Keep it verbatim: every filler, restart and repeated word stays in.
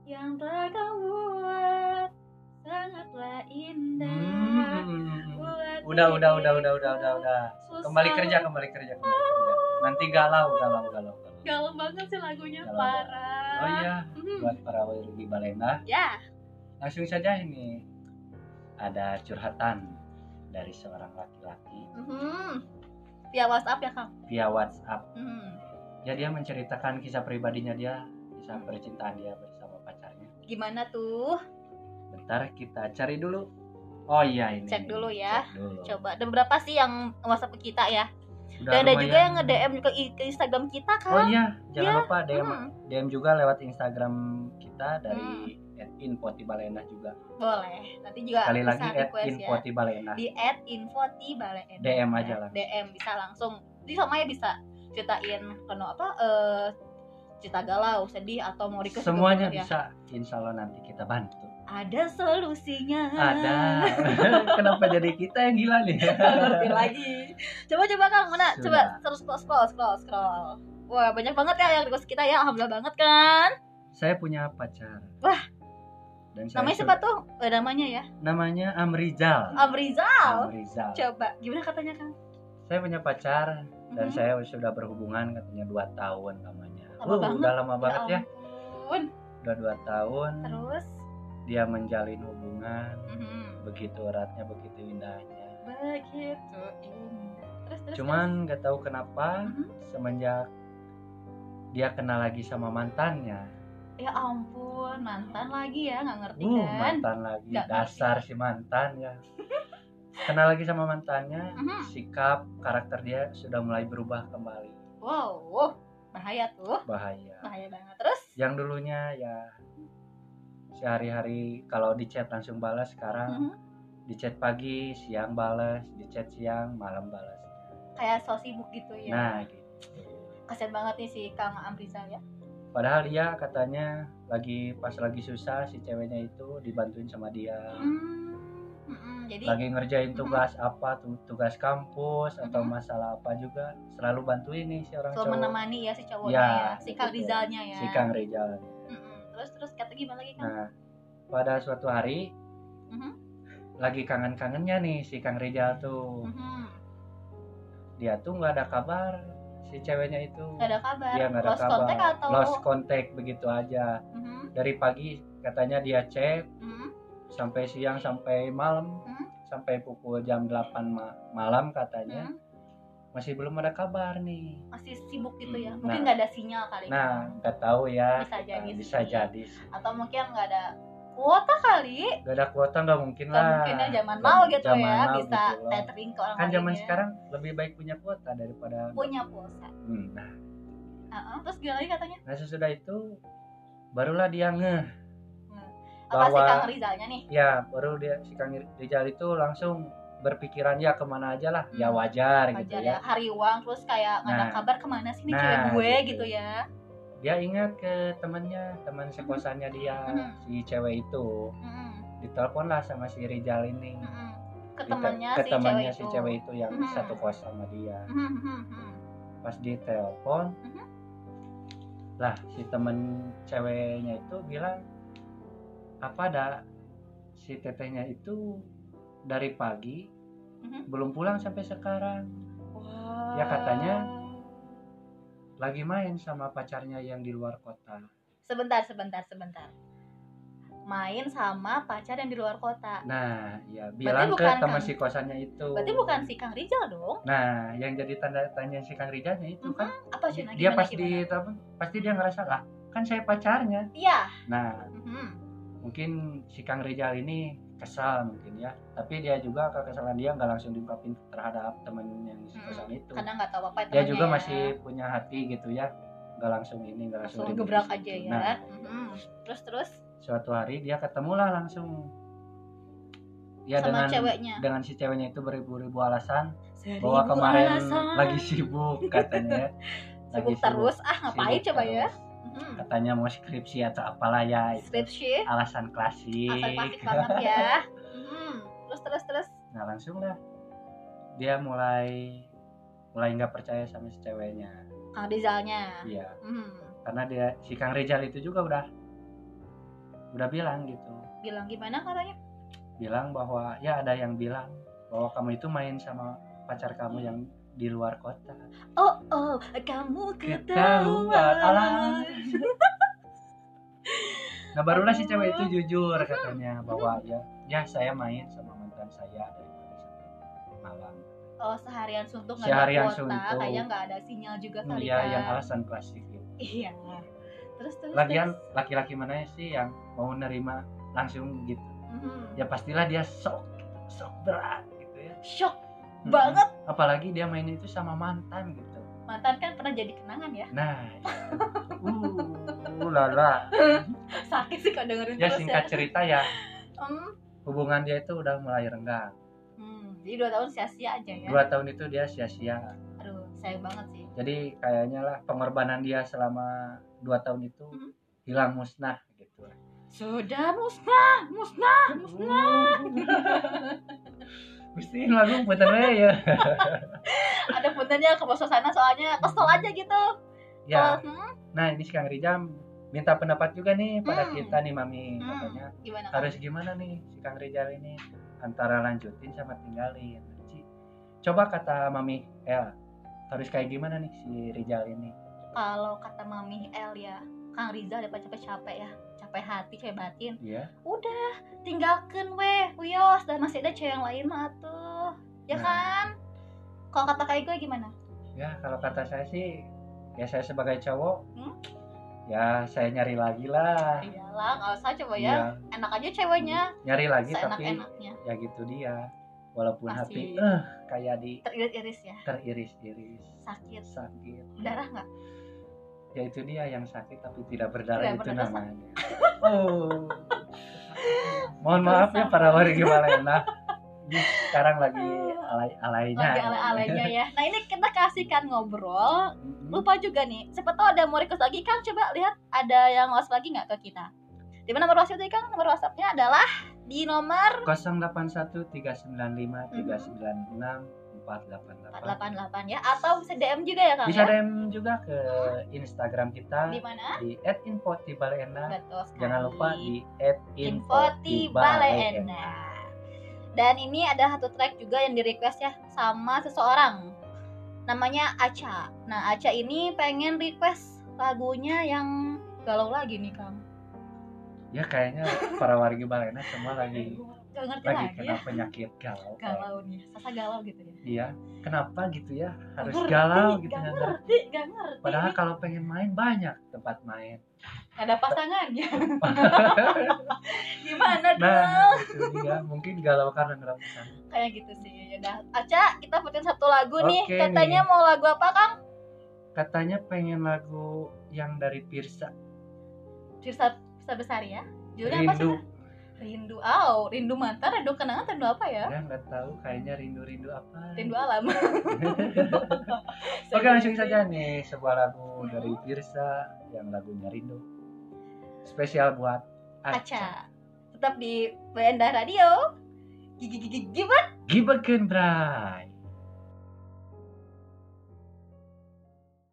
yang telah kau buat sangatlah indah. Hmm. Buat Udah, udah, udah, diriku udah, udah, udah, udah. susah. Kembali kerja, kembali kerja, kembali kerja. Nanti galau, galau, galau, galau. Galau banget sih lagunya, Galau. parah. Oh iya, Mhm. buat para wargi Balena. Ya, Langsung saja ini ada curhatan dari seorang laki-laki mhm. Via WhatsApp ya Kang. via WhatsApp. Mhm. Ya dia menceritakan kisah pribadinya dia, kisah percintaan dia bersama pacarnya. Gimana tuh? Bentar kita cari dulu. Oh iya ini. Cek dulu ya. Cek dulu. Coba. Dan berapa sih yang WhatsApp ke kita ya? Udah Dan ada lumayan. juga yang nge-D M ke, ke Instagram kita kan? Oh iya, jangan Iya. lupa D M Hmm. D M juga lewat Instagram kita dari at infotibalena juga. Boleh. Nanti juga Sekali bisa lagi at request ya. infotibalena. Di at infotibalena. D M aja lah. D M bisa langsung. Di sama ya bisa ceritain kena apa eh cerita galau, sedih atau mau request juga Semuanya boleh ya. bisa, insya Allah nanti kita bantu. Ada solusinya. Ada. Kenapa jadi kita yang gila nih? Ngerti lagi. Coba coba Kang, mana? Sudah. Coba terus scroll scroll scroll scroll. Wah, banyak banget ya yang request kita ya. Alhamdulillah banget kan. Saya punya pacar. Wah. Dan saya Namanya sudah- siapa tuh? Eh, namanya ya. Namanya Amrizal. Amrizal. Amrizal. Coba gimana katanya Kang? Saya punya pacar dan Mhm. saya sudah berhubungan katanya dua tahun lamanya. Lama Uh, banget. udah lama banget ya. ampun. Udah dua tahun. Terus Dia menjalin hubungan. mhm. Begitu eratnya, begitu indahnya. Begitu indah. Terus terus. Cuman nggak tahu kenapa Mhm. semenjak dia kenal lagi sama mantannya. terus. Ya ampun, mantan lagi ya, nggak ngerti Uh, kan? mantan lagi. Nggak Dasar si mantan ya. Kenal lagi sama mantannya, Mhm. sikap karakter dia sudah mulai berubah kembali. Wow, wow, bahaya tuh, Bahaya. bahaya banget. Terus? Yang dulunya ya sehari-hari kalau di chat langsung balas, sekarang Mhm. di chat pagi, siang balas, di chat siang, malam balas. Kayak so sibuk gitu ya. Nah, gitu. Kasian banget nih si Kang Amrizal ya. Padahal dia katanya lagi pas lagi susah si ceweknya itu dibantuin sama dia. Hmm, mm-mm. Jadi Lagi ngerjain Mhm. tugas apa tuh, tugas kampus atau Mhm. masalah apa juga selalu bantuin nih si orang selalu cowok. menemani ya si cowoknya Ya, ya, si Kang betul. Rizalnya ya. Si Kang Rizal. Mm-mm. Terus terus kata gimana lagi Kang? Nah, pada suatu hari Mhm. lagi kangen-kangennya nih si Kang Rizal tuh. Mhm. Dia tuh nggak ada kabar si ceweknya itu. Gak ada kabar. Dia nggak ada Lost kabar. contact atau? Lost contact begitu aja. Mhm. Dari pagi katanya dia chat Mhm. sampai siang sampai malam, Mhm. sampai pukul jam delapan ma- malam katanya Mhm. masih belum ada kabar nih. Masih sibuk gitu ya. Nah. Mungkin nggak ada sinyal kali. Nah, Kang. nggak tahu ya. Bisa kita- jadi bisa sih. jadi. sih. Atau mungkin nggak ada kuota kali. Gak ada kuota nggak mungkin Nggak lah. mungkin ya zaman Jam- now gitu zaman ya, now bisa gitu loh. tethering ke orang Kan zaman lainnya. sekarang lebih baik punya kuota daripada Punya pulsa. Hmm, nah, Uh-uh. Terus gimana lagi katanya? nah sesudah itu barulah dia ngeh. Apa sih Bahwa- Kang Rizalnya nih? Ya, baru dia si Kang Rizal itu langsung berpikiran ya kemana aja lah. Ya Hmm. wajar, gitu Wajar ya. ya, hari uang terus kayak nggak ada Nah. kabar kemana sih nih Nah, cewek gue gitu. gitu ya. Dia ingat ke temannya, teman sekosannya dia, Mhm. si cewek itu. Mm-mm. Ditelepon lah sama si Rizal ini. Mm-mm. Ke Dite- temannya ke si temannya cewek si itu. cewek itu yang Mhm. satu kos sama dia. Mhm, mhm, mhm. Pas ditelepon, Mhm. lah si temen ceweknya itu bilang, apa ada si tetehnya itu dari pagi Mhm. belum pulang sampai sekarang, Wah. Ya, katanya lagi main sama pacarnya yang di luar kota. Sebentar, sebentar, sebentar. Main sama pacar yang di luar kota. Nah, ya bilang ke bukan teman Kang- si kosannya itu. Berarti bukan si Kang Rizal dong? Nah, yang jadi tanda tanya si Kang Rizalnya itu kan, Apa sih? Nah, dia gimana, pas gimana? di telepon, pasti dia ngerasa lah, kan saya pacarnya. Iya. Nah, Mhm. mungkin si Kang Rizal ini kesal mungkin ya, tapi dia juga kekesalan dia nggak langsung diungkapin terhadap teman yang si Mm-mm. kosan itu. Karena nggak tahu apa Dia temannya juga ya. masih punya hati gitu ya, nggak langsung ini nggak langsung langsung ribut gebrak di aja situ. ya. Nah, Mhm. Terus terus suatu hari dia ketemulah langsung ya sama dengan ceweknya. dengan si ceweknya itu beribu-ribu alasan Seribu bahwa kemarin alasan. lagi sibuk katanya. Sibuk terus ah ngapain Sibuk coba ya? terus. Mhm. Katanya mau skripsi atau apalah ya itu. Skripsi. Alasan klasik. Asal klasik banget ya. Mhm. Terus terus terus. Nah langsung lah dia mulai mulai nggak percaya sama si ceweknya. Kang Rizalnya. Iya. Mhm. Karena dia si Kang Rizal itu juga udah udah bilang gitu, Bilang gimana katanya? bilang bahwa ya ada yang bilang bahwa kamu itu main sama pacar kamu yang di luar kota. Oh oh, kamu Ketahuan, ketahuan. alah. Nah barulah si cewek itu Aduh. jujur katanya bahwa ya ya saya main sama mantan saya dari pagi sampai malam. Oh, seharian suntuk nggak ada Seharian kuota, suntuk. kayaknya nggak ada sinyal juga kali Iya, kan. yang alasan klasik gitu. Iya. Terus terus. Lagian terus. laki-laki mana sih yang mau nerima langsung gitu? Mhm. Ya pastilah dia sok sok berat gitu ya. Shock Mm-mm. banget. Apalagi dia main itu sama mantan gitu. Mantan kan pernah jadi kenangan ya. Nah, uh, lala. Sakit sih kalau dengerin Ya terus singkat ya. cerita ya, Hmm. hubungan dia itu udah mulai renggang. Hmm, jadi dua tahun sia-sia aja ya. Dua tahun itu dia sia-sia. Aduh, sayang banget sih. Jadi kayaknya lah pengorbanan dia selama dua tahun itu Mhm. hilang musnah gitu. Sudah musnah, musnah, musnah. Mesti lagu putar we ya. Ada puntennya ke sana soalnya kesel aja gitu. Ya, Oh, hmm, nah ini si Kang Rijam minta pendapat juga nih pada Hmm. kita nih Mami, hmm, katanya gimana? harus gimana nih si Kang Rijal ini antara lanjutin sama tinggalin. Ci, coba kata Mami El, harus kayak gimana nih si Rijal ini? Kalau kata Mami El ya, Kang Rizal udah capek-capek ya, capek hati, capek batin. Iya. Udah, tinggalkan weh, uyos, dan masih ada cewek yang lain mah tuh, ya Nah. kan? Kalau kata kayak gue gimana? Ya kalau kata saya sih, ya saya sebagai cowok, Hmm? ya saya nyari lagi lah. Iyalah, nggak usah coba Iya, ya, enak aja ceweknya, nyari lagi tapi seenak-enaknya, ya gitu dia. Walaupun Pasti. hati eh kayak di teriris-iris ya, teriris-iris, sakit, sakit. darah nggak? Ya itu dia yang sakit tapi tidak berdarah, Tidak itu berdarah. namanya. Oh. Mohon maaf ya para warga Malena. Ini sekarang lagi alay-alaynya. Lagi ale-alenya ya. Nah ini kita kasihkan ngobrol. Mm-mm. Lupa juga nih, siapa tahu ada mau request lagi, Kang, coba lihat ada yang WhatsApp lagi nggak ke kita. Di mana nomor WhatsApp tadi, Kang? Nomor WhatsAppnya adalah di nomor nol delapan satu tiga sembilan lima tiga sembilan enam empat delapan empat delapan. delapan delapan ya, atau bisa D M juga ya, Kang? Bisa ya? D M juga ke Instagram kita Di mana? di et infotibalena. Betul sekali. Jangan lupa di et Infotibalena. infotibalena. Dan ini ada satu track juga yang di request ya sama seseorang. Namanya Aca. Nah, Aca ini pengen request lagunya yang galau lagi nih, Kang. Ya kayaknya para warga Balena semua lagi Gak ngerti lagi lagi kena ya. penyakit galau. Galau nih, Sasa galau gitu ya. Iya, kenapa gitu ya? Harus Ngerti, galau gitu gak nggak ngerti, gak ngerti. Padahal Ini kalau pengen main banyak tempat main. ada pasangannya. Gimana Nah, dong? itu dia. Mungkin galau karena ngerasain. Kayak gitu sih. Ya udah, Aca, kita putin satu lagu nih. Oke Katanya nih. mau lagu apa, Kang? Katanya pengen lagu yang dari Pirsa, Firsa Firsa Besari ya. Judulnya apa sih? Rindu. Kang? Rindu. Oh, rindu mantan, rindu kenangan, rindu apa ya? Ya nggak tahu, kayaknya rindu-rindu apa. Rindu alam. Oke, langsung saja nih sebuah lagu Hmm. dari Pirsa yang lagunya Rindu. Spesial buat Aca. Aca. Tetap di B N D Radio. Gigi gigi gibet. Gibakeun Bray.